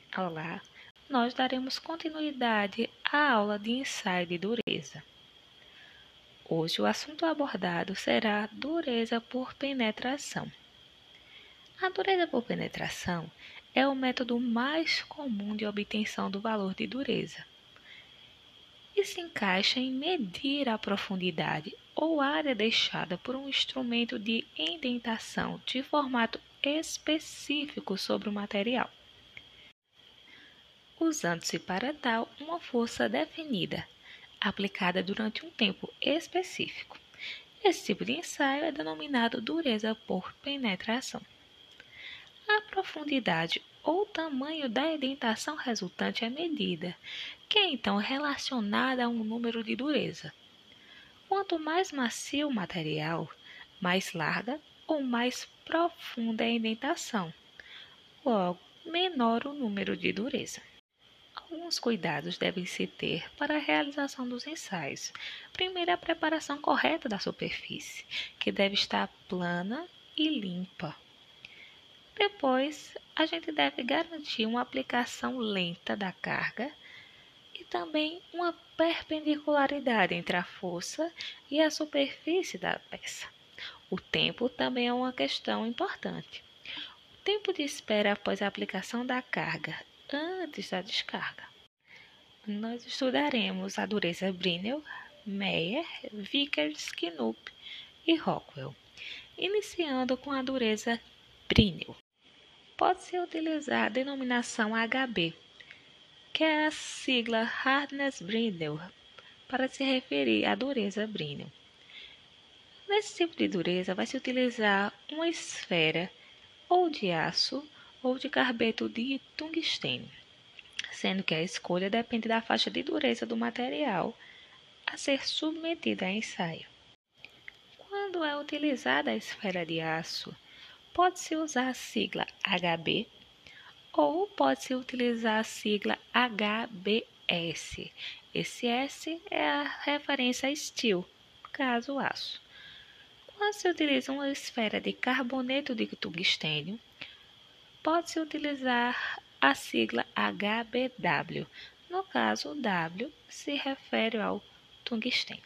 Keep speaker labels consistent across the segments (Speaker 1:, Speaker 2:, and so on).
Speaker 1: Olá, nós daremos continuidade à aula de ensaio de dureza. Hoje o assunto abordado será dureza por penetração. A dureza por penetração é o método mais comum de obtenção do valor de dureza e se encaixa em medir a profundidade ou área deixada por um instrumento de indentação de formato específico sobre o material, usando-se para tal uma força definida, aplicada durante um tempo específico. Esse tipo de ensaio é denominado dureza por penetração. A profundidade ou tamanho da indentação resultante é medida, que é então relacionada a um número de dureza. Quanto mais macio o material, mais larga ou mais profunda é a indentação, logo menor o número de dureza. Alguns cuidados devem se ter para a realização dos ensaios. Primeiro, a preparação correta da superfície, que deve estar plana e limpa. Depois, a gente deve garantir uma aplicação lenta da carga e também uma perpendicularidade entre a força e a superfície da peça. O tempo também é uma questão importante. O tempo de espera após a aplicação da carga antes da descarga. Nós estudaremos a dureza Brinell, Meyer, Vickers, Knupp e Rockwell, iniciando com a dureza Brinell. Pode-se utilizar a denominação HB, que é a sigla Hardness-Brinell, para se referir à dureza Brinell. Nesse tipo de dureza, vai se utilizar uma esfera ou de aço ou de carbeto de tungstênio, sendo que a escolha depende da faixa de dureza do material a ser submetida a ensaio. Quando é utilizada a esfera de aço, pode-se usar a sigla HB ou pode-se utilizar a sigla HBS. Esse S é a referência a steel, caso aço. Quando se utiliza uma esfera de carboneto de tungstênio, pode-se utilizar a sigla HBW. No caso, o W se refere ao tungstênio.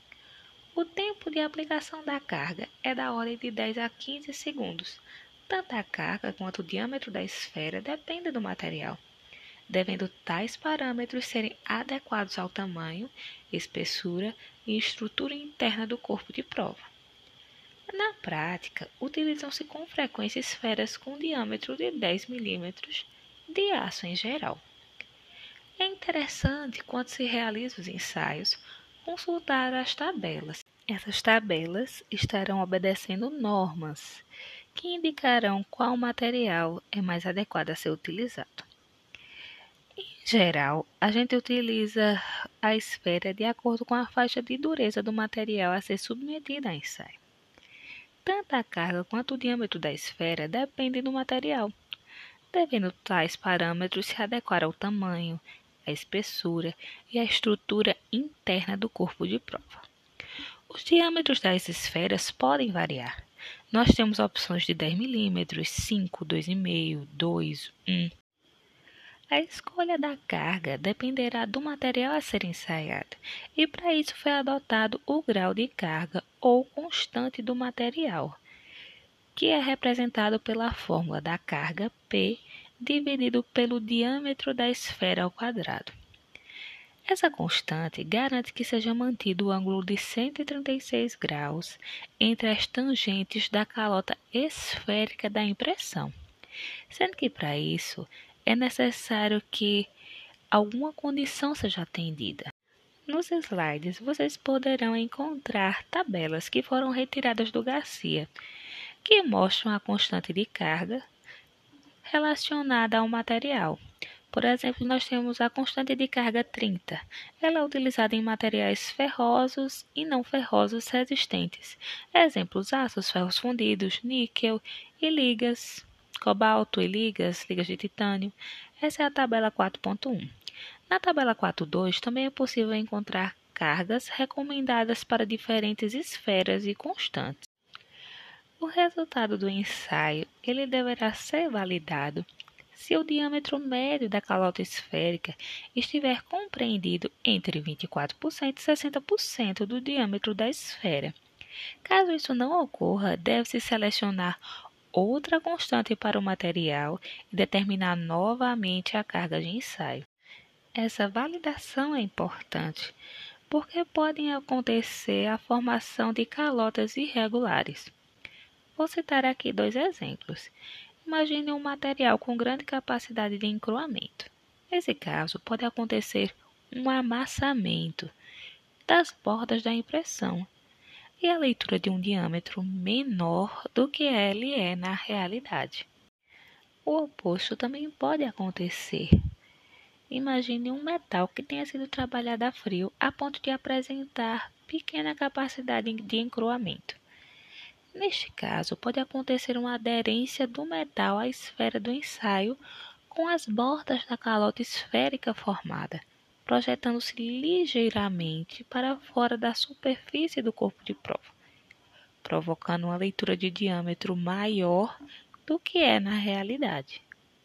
Speaker 1: O tempo de aplicação da carga é da ordem de 10 a 15 segundos. Tanto a carga quanto o diâmetro da esfera dependem do material, devendo tais parâmetros serem adequados ao tamanho, espessura e estrutura interna do corpo de prova. Na prática, utilizam-se com frequência esferas com diâmetro de 10 mm de aço em geral. É interessante, quando se realizam os ensaios, consultar as tabelas. Essas tabelas estarão obedecendo normas que indicarão qual material é mais adequado a ser utilizado. Em geral, a gente utiliza a esfera de acordo com a faixa de dureza do material a ser submetido a ensaio. Tanto a carga quanto o diâmetro da esfera dependem do material, devendo tais parâmetros se adequar ao tamanho, à espessura e à estrutura interna do corpo de prova. Os diâmetros das esferas podem variar. Nós temos opções de 10 mm, 5, 2,5, 2, 1. A escolha da carga dependerá do material a ser ensaiado, e para isso foi adotado o grau de carga ou constante do material, que é representado pela fórmula da carga P dividido pelo diâmetro da esfera ao quadrado. Essa constante garante que seja mantido o ângulo de 136 graus entre as tangentes da calota esférica da impressão, sendo que para isso é necessário que alguma condição seja atendida. Nos slides, vocês poderão encontrar tabelas que foram retiradas do Garcia, que mostram a constante de carga relacionada ao material. Por exemplo, nós temos a constante de carga 30. Ela é utilizada em materiais ferrosos e não ferrosos resistentes. Exemplos: aços, ferros fundidos, níquel e ligas, cobalto e ligas de titânio. Essa é a tabela 4.1. Na tabela 4.2 também é possível encontrar cargas recomendadas para diferentes esferas e constantes. O resultado do ensaio ele deverá ser validado Se o diâmetro médio da calota esférica estiver compreendido entre 24% e 60% do diâmetro da esfera. Caso isso não ocorra, deve-se selecionar outra constante para o material e determinar novamente a carga de ensaio. Essa validação é importante, porque podem acontecer a formação de calotas irregulares. Vou citar aqui 2 exemplos. Imagine um material com grande capacidade de encroamento. Nesse caso, pode acontecer um amassamento das bordas da impressão e a leitura de um diâmetro menor do que ele é na realidade. O oposto também pode acontecer. Imagine um metal que tenha sido trabalhado a frio a ponto de apresentar pequena capacidade de encroamento. Neste caso, pode acontecer uma aderência do metal à esfera do ensaio com as bordas da calota esférica formada, projetando-se ligeiramente para fora da superfície do corpo de prova, provocando uma leitura de diâmetro maior do que é na realidade.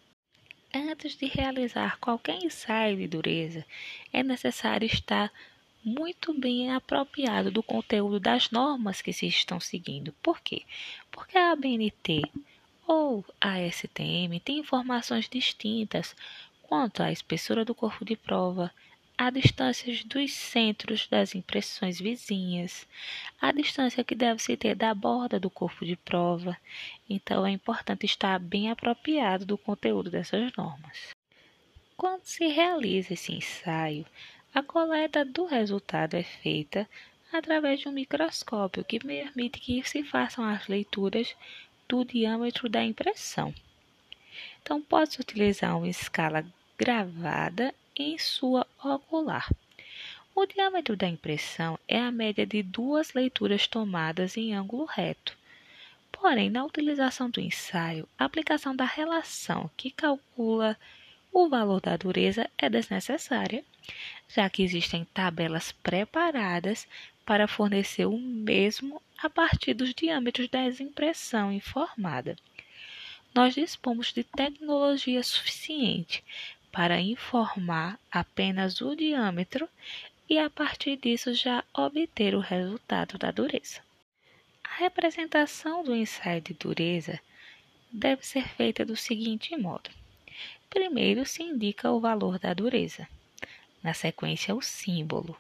Speaker 1: Antes de realizar qualquer ensaio de dureza, é necessário estar muito bem apropriado do conteúdo das normas que se estão seguindo. Por quê? Porque a ABNT ou a STM tem informações distintas quanto à espessura do corpo de prova, a distâncias dos centros das impressões vizinhas, a distância que deve se ter da borda do corpo de prova. Então, é importante estar bem apropriado do conteúdo dessas normas. Quando se realiza esse ensaio, a coleta do resultado é feita através de um microscópio que permite que se façam as leituras do diâmetro da impressão. Então, pode-se utilizar uma escala gravada em sua ocular. O diâmetro da impressão é a média de 2 leituras tomadas em ângulo reto. Porém, na utilização do ensaio, a aplicação da relação que calcula o valor da dureza é desnecessária, já que existem tabelas preparadas para fornecer o mesmo a partir dos diâmetros da impressão informada. Nós dispomos de tecnologia suficiente para informar apenas o diâmetro e, a partir disso, já obter o resultado da dureza. A representação do ensaio de dureza deve ser feita do seguinte modo. Primeiro se indica o valor da dureza, na sequência o símbolo,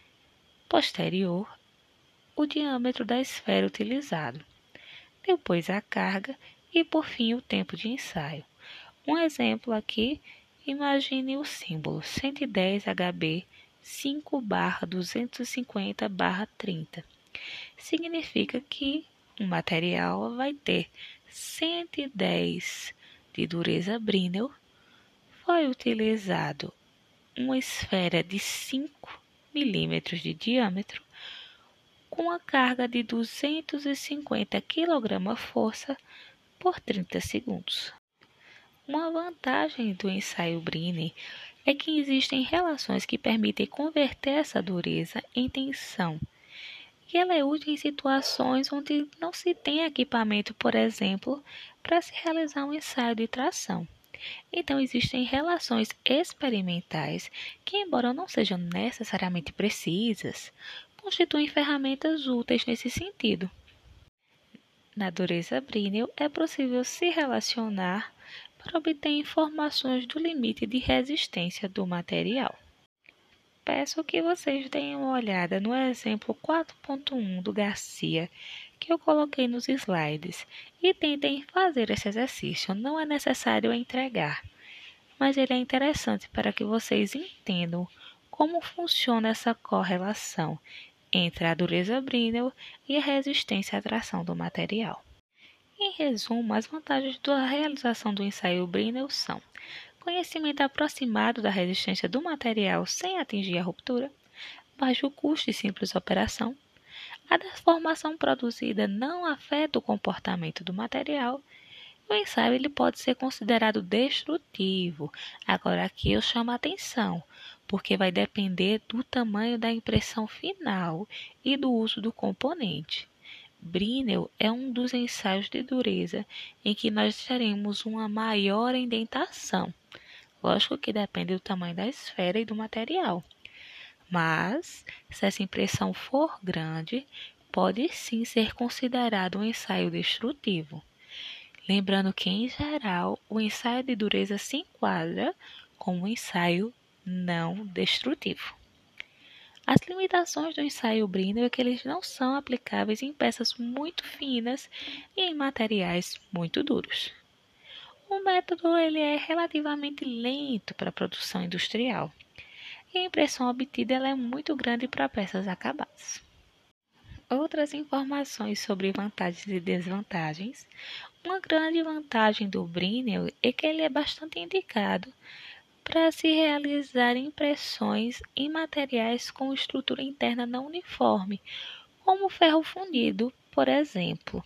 Speaker 1: posterior o diâmetro da esfera utilizado, depois a carga e por fim o tempo de ensaio. Um exemplo aqui, imagine o símbolo 110 HB 5/250/30. Significa que o material vai ter 110 de dureza Brinell. Foi utilizado uma esfera de 5 milímetros de diâmetro com a carga de 250 kg-força por 30 segundos. Uma vantagem do ensaio Brinell é que existem relações que permitem converter essa dureza em tensão, e ela é útil em situações onde não se tem equipamento, por exemplo, para se realizar um ensaio de tração. Então, existem relações experimentais que, embora não sejam necessariamente precisas, constituem ferramentas úteis nesse sentido. Na dureza Brinell, é possível se relacionar para obter informações do limite de resistência do material. Peço que vocês deem uma olhada no exemplo 4.1 do Garcia, que eu coloquei nos slides, e tentem fazer esse exercício. Não é necessário entregar, mas ele é interessante para que vocês entendam como funciona essa correlação entre a dureza Brinell e a resistência à tração do material. Em resumo, as vantagens da realização do ensaio Brinell são: conhecimento aproximado da resistência do material sem atingir a ruptura, baixo custo e simples operação, a deformação produzida não afeta o comportamento do material. O ensaio ele pode ser considerado destrutivo. Agora aqui eu chamo a atenção, porque vai depender do tamanho da impressão final e do uso do componente. Brinell é um dos ensaios de dureza em que nós teremos uma maior indentação. Lógico que depende do tamanho da esfera e do material. Mas, se essa impressão for grande, pode sim ser considerado um ensaio destrutivo. Lembrando que, em geral, o ensaio de dureza se enquadra como um ensaio não destrutivo. As limitações do ensaio Brinell é que eles não são aplicáveis em peças muito finas e em materiais muito duros. O método ele é relativamente lento para a produção industrial e a impressão obtida ela é muito grande para peças acabadas. Outras informações sobre vantagens e desvantagens. Uma grande vantagem do Brinell é que ele é bastante indicado para se realizar impressões em materiais com estrutura interna não uniforme, como ferro fundido, por exemplo.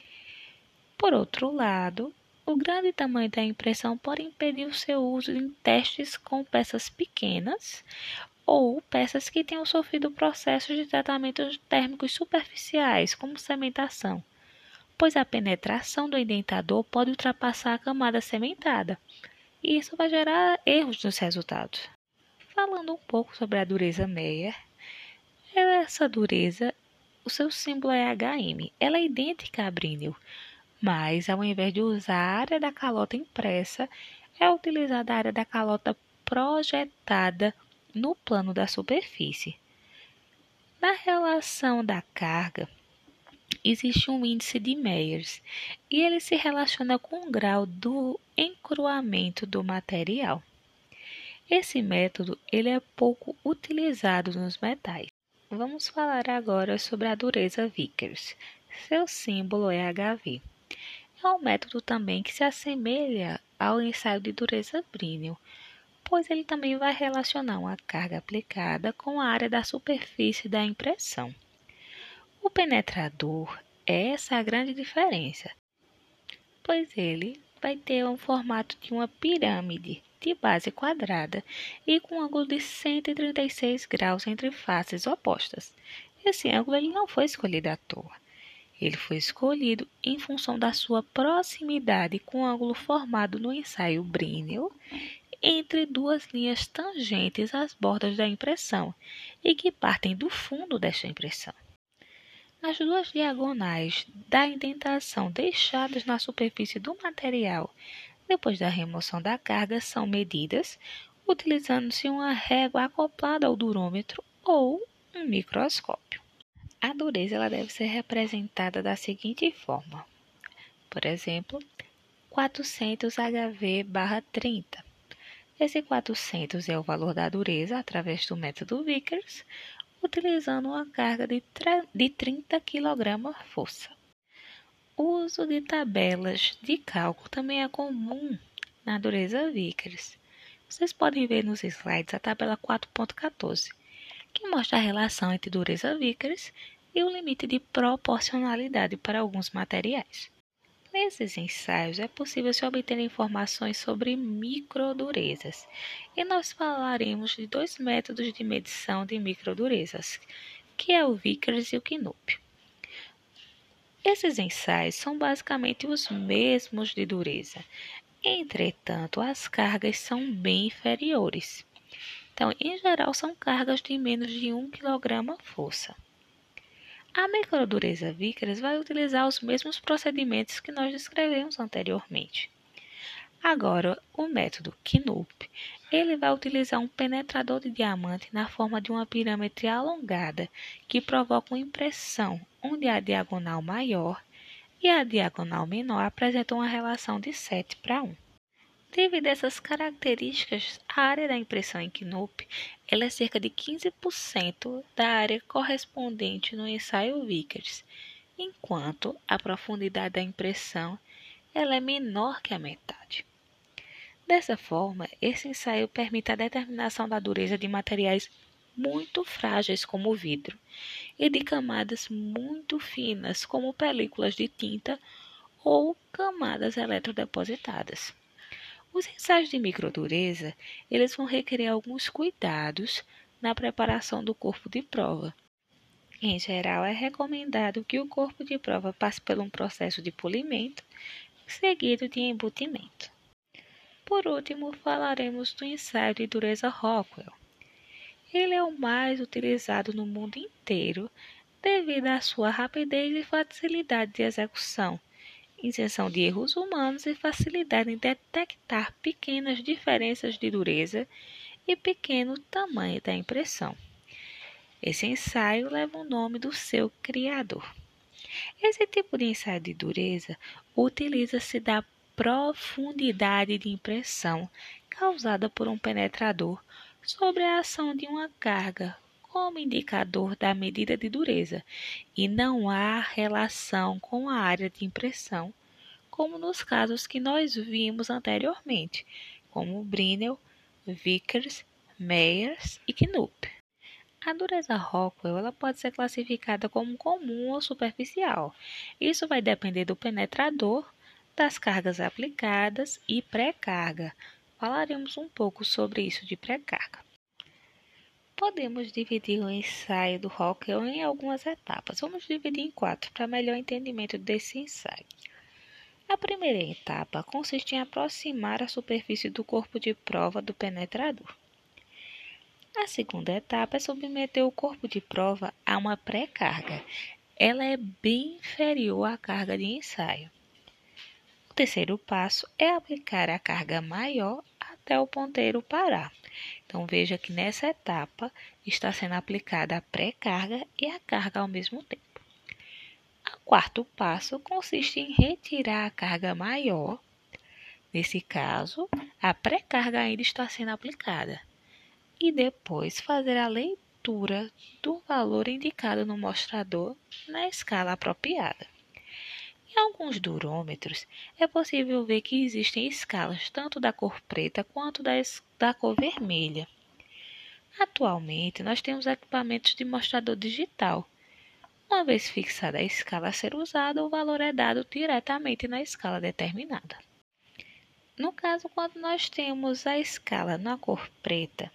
Speaker 1: Por outro lado, o grande tamanho da impressão pode impedir o seu uso em testes com peças pequenas ou peças que tenham sofrido processos de tratamento térmicos superficiais, como cementação, pois a penetração do indentador pode ultrapassar a camada cementada, e isso vai gerar erros nos resultados. Falando um pouco sobre a dureza Meyer, essa dureza, o seu símbolo é HM, ela é idêntica à Brinell, mas ao invés de usar a área da calota impressa, é utilizada a área da calota projetada no plano da superfície. Na relação da carga, existe um índice de Meyers e ele se relaciona com o grau do encruamento do material. Esse método ele é pouco utilizado nos metais. Vamos falar agora sobre a dureza Vickers. Seu símbolo é HV. É um método também que se assemelha ao ensaio de dureza Brinell, pois ele também vai relacionar uma carga aplicada com a área da superfície da impressão. O penetrador, essa é a grande diferença, pois ele vai ter um formato de uma pirâmide de base quadrada e com um ângulo de 136 graus entre faces opostas. Esse ângulo ele não foi escolhido à toa. Ele foi escolhido em função da sua proximidade com o ângulo formado no ensaio Brinell entre duas linhas tangentes às bordas da impressão e que partem do fundo desta impressão. As duas diagonais da indentação deixadas na superfície do material depois da remoção da carga são medidas utilizando-se uma régua acoplada ao durômetro ou um microscópio. A dureza ela deve ser representada da seguinte forma. Por exemplo, 400 HV/30. Esse 400 é o valor da dureza através do método Vickers, utilizando uma carga de 30 kg/força. O uso de tabelas de cálculo também é comum na dureza Vickers. Vocês podem ver nos slides a tabela 4.14, que mostra a relação entre dureza Vickers e o limite de proporcionalidade para alguns materiais. Nesses ensaios, é possível se obter informações sobre microdurezas, e nós falaremos de dois métodos de medição de microdurezas, que é o Vickers e o Knupp. Esses ensaios são basicamente os mesmos de dureza, entretanto, as cargas são bem inferiores. Então, em geral, são cargas de menos de 1 kg/força. A microdureza Vickers vai utilizar os mesmos procedimentos que nós descrevemos anteriormente. Agora, o método Knupp, ele vai utilizar um penetrador de diamante na forma de uma pirâmide alongada, que provoca uma impressão onde a diagonal maior e a diagonal menor apresentam uma relação de 7:1. Devido a essas características, a área da impressão em Knupp ela é cerca de 15% da área correspondente no ensaio Vickers, enquanto a profundidade da impressão ela é menor que a metade. Dessa forma, esse ensaio permite a determinação da dureza de materiais muito frágeis como o vidro e de camadas muito finas como películas de tinta ou camadas eletrodepositadas. Os ensaios de microdureza, eles vão requerer alguns cuidados na preparação do corpo de prova. Em geral, é recomendado que o corpo de prova passe por um processo de polimento, seguido de embutimento. Por último, falaremos do ensaio de dureza Rockwell. Ele é o mais utilizado no mundo inteiro devido à sua rapidez e facilidade de execução, isenção de erros humanos e facilidade em detectar pequenas diferenças de dureza e pequeno tamanho da impressão. Esse ensaio leva o nome do seu criador. Esse tipo de ensaio de dureza utiliza-se da profundidade de impressão causada por um penetrador sobre a ação de uma carga como indicador da medida de dureza, e não há relação com a área de impressão, como nos casos que nós vimos anteriormente, como Brinell, Vickers, Meyers e Knupp. A dureza Rockwell ela pode ser classificada como comum ou superficial. Isso vai depender do penetrador, das cargas aplicadas e pré-carga. Falaremos um pouco sobre isso de pré-carga. Podemos dividir o ensaio do Rockwell em algumas etapas. Vamos dividir em 4 para melhor entendimento desse ensaio. A primeira etapa consiste em aproximar a superfície do corpo de prova do penetrador. A segunda etapa é submeter o corpo de prova a uma pré-carga. Ela é bem inferior à carga de ensaio. O terceiro passo é aplicar a carga maior até o ponteiro parar. Então, veja que nessa etapa está sendo aplicada a pré-carga e a carga ao mesmo tempo. O quarto passo consiste em retirar a carga maior. Nesse caso, a pré-carga ainda está sendo aplicada. E depois fazer a leitura do valor indicado no mostrador na escala apropriada. Em alguns durômetros, é possível ver que existem escalas tanto da cor preta quanto da cor vermelha. Atualmente, nós temos equipamentos de mostrador digital. Uma vez fixada a escala a ser usada, o valor é dado diretamente na escala determinada. No caso, quando nós temos a escala na cor preta,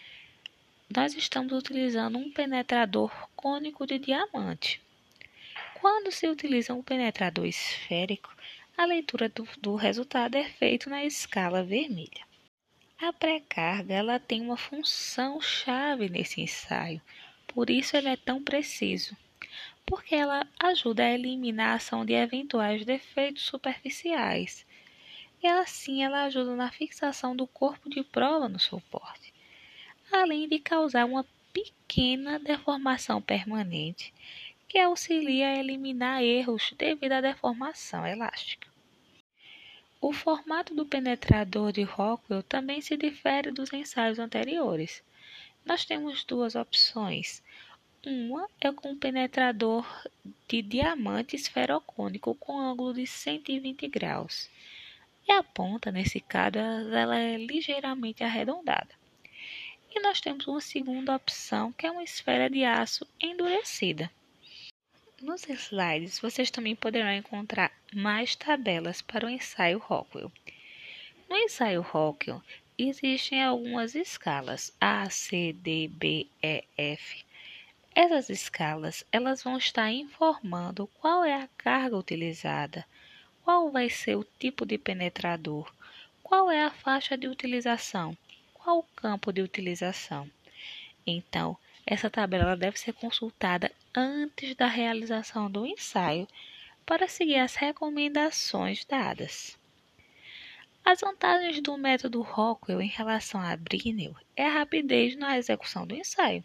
Speaker 1: nós estamos utilizando um penetrador cônico de diamante. Quando se utiliza um penetrador esférico, a leitura do resultado é feita na escala vermelha. A pré-carga ela tem uma função chave nesse ensaio, por isso ele é tão preciso, porque ela ajuda a eliminar a ação de eventuais defeitos superficiais, e assim ela ajuda na fixação do corpo de prova no suporte, além de causar uma pequena deformação permanente, que auxilia a eliminar erros devido à deformação elástica. O formato do penetrador de Rockwell também se difere dos ensaios anteriores. Nós temos duas opções. Uma é com um penetrador de diamante esferocônico com ângulo de 120 graus. E a ponta, nesse caso, ela é ligeiramente arredondada. E nós temos uma segunda opção, que é uma esfera de aço endurecida. Nos slides, vocês também poderão encontrar mais tabelas para o ensaio Rockwell. No ensaio Rockwell, existem algumas escalas A, C, D, B, E, F. Essas escalas elas vão estar informando qual é a carga utilizada, qual vai ser o tipo de penetrador, qual é a faixa de utilização, qual o campo de utilização. Então, essa tabela deve ser consultada antes da realização do ensaio para seguir as recomendações dadas. As vantagens do método Rockwell em relação a Brinell é a rapidez na execução do ensaio.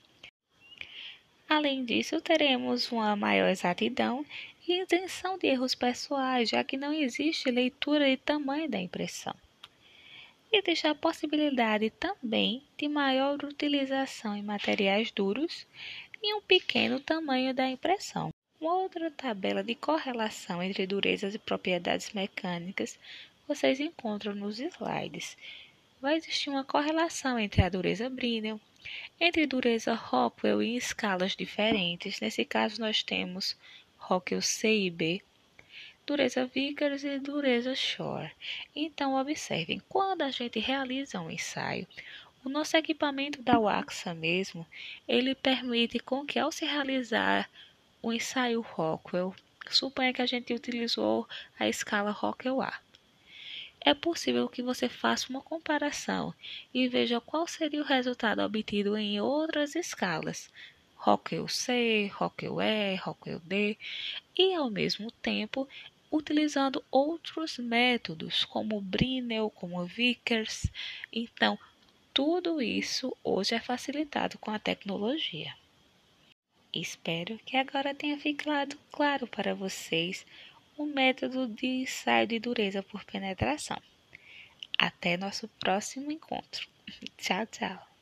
Speaker 1: Além disso, teremos uma maior exatidão e isenção de erros pessoais, já que não existe leitura de tamanho da impressão. Existe a possibilidade também de maior utilização em materiais duros e um pequeno tamanho da impressão. Uma outra tabela de correlação entre durezas e propriedades mecânicas vocês encontram nos slides. Vai existir uma correlação entre a dureza Brinell, entre dureza Rockwell em escalas diferentes. Nesse caso, nós temos Rockwell C e B, dureza Vickers e dureza Shore. Então, observem, quando a gente realiza um ensaio, O nosso equipamento da Waxa mesmo, ele permite com que ao se realizar o ensaio Rockwell, suponha que a gente utilizou a escala Rockwell A. É possível que você faça uma comparação e veja qual seria o resultado obtido em outras escalas, Rockwell C, Rockwell E, Rockwell D, e ao mesmo tempo utilizando outros métodos como Brinell, como Vickers. Então, tudo isso hoje é facilitado com a tecnologia. Espero que agora tenha ficado claro para vocês o método de ensaio de dureza por penetração. Até nosso próximo encontro. Tchau, tchau.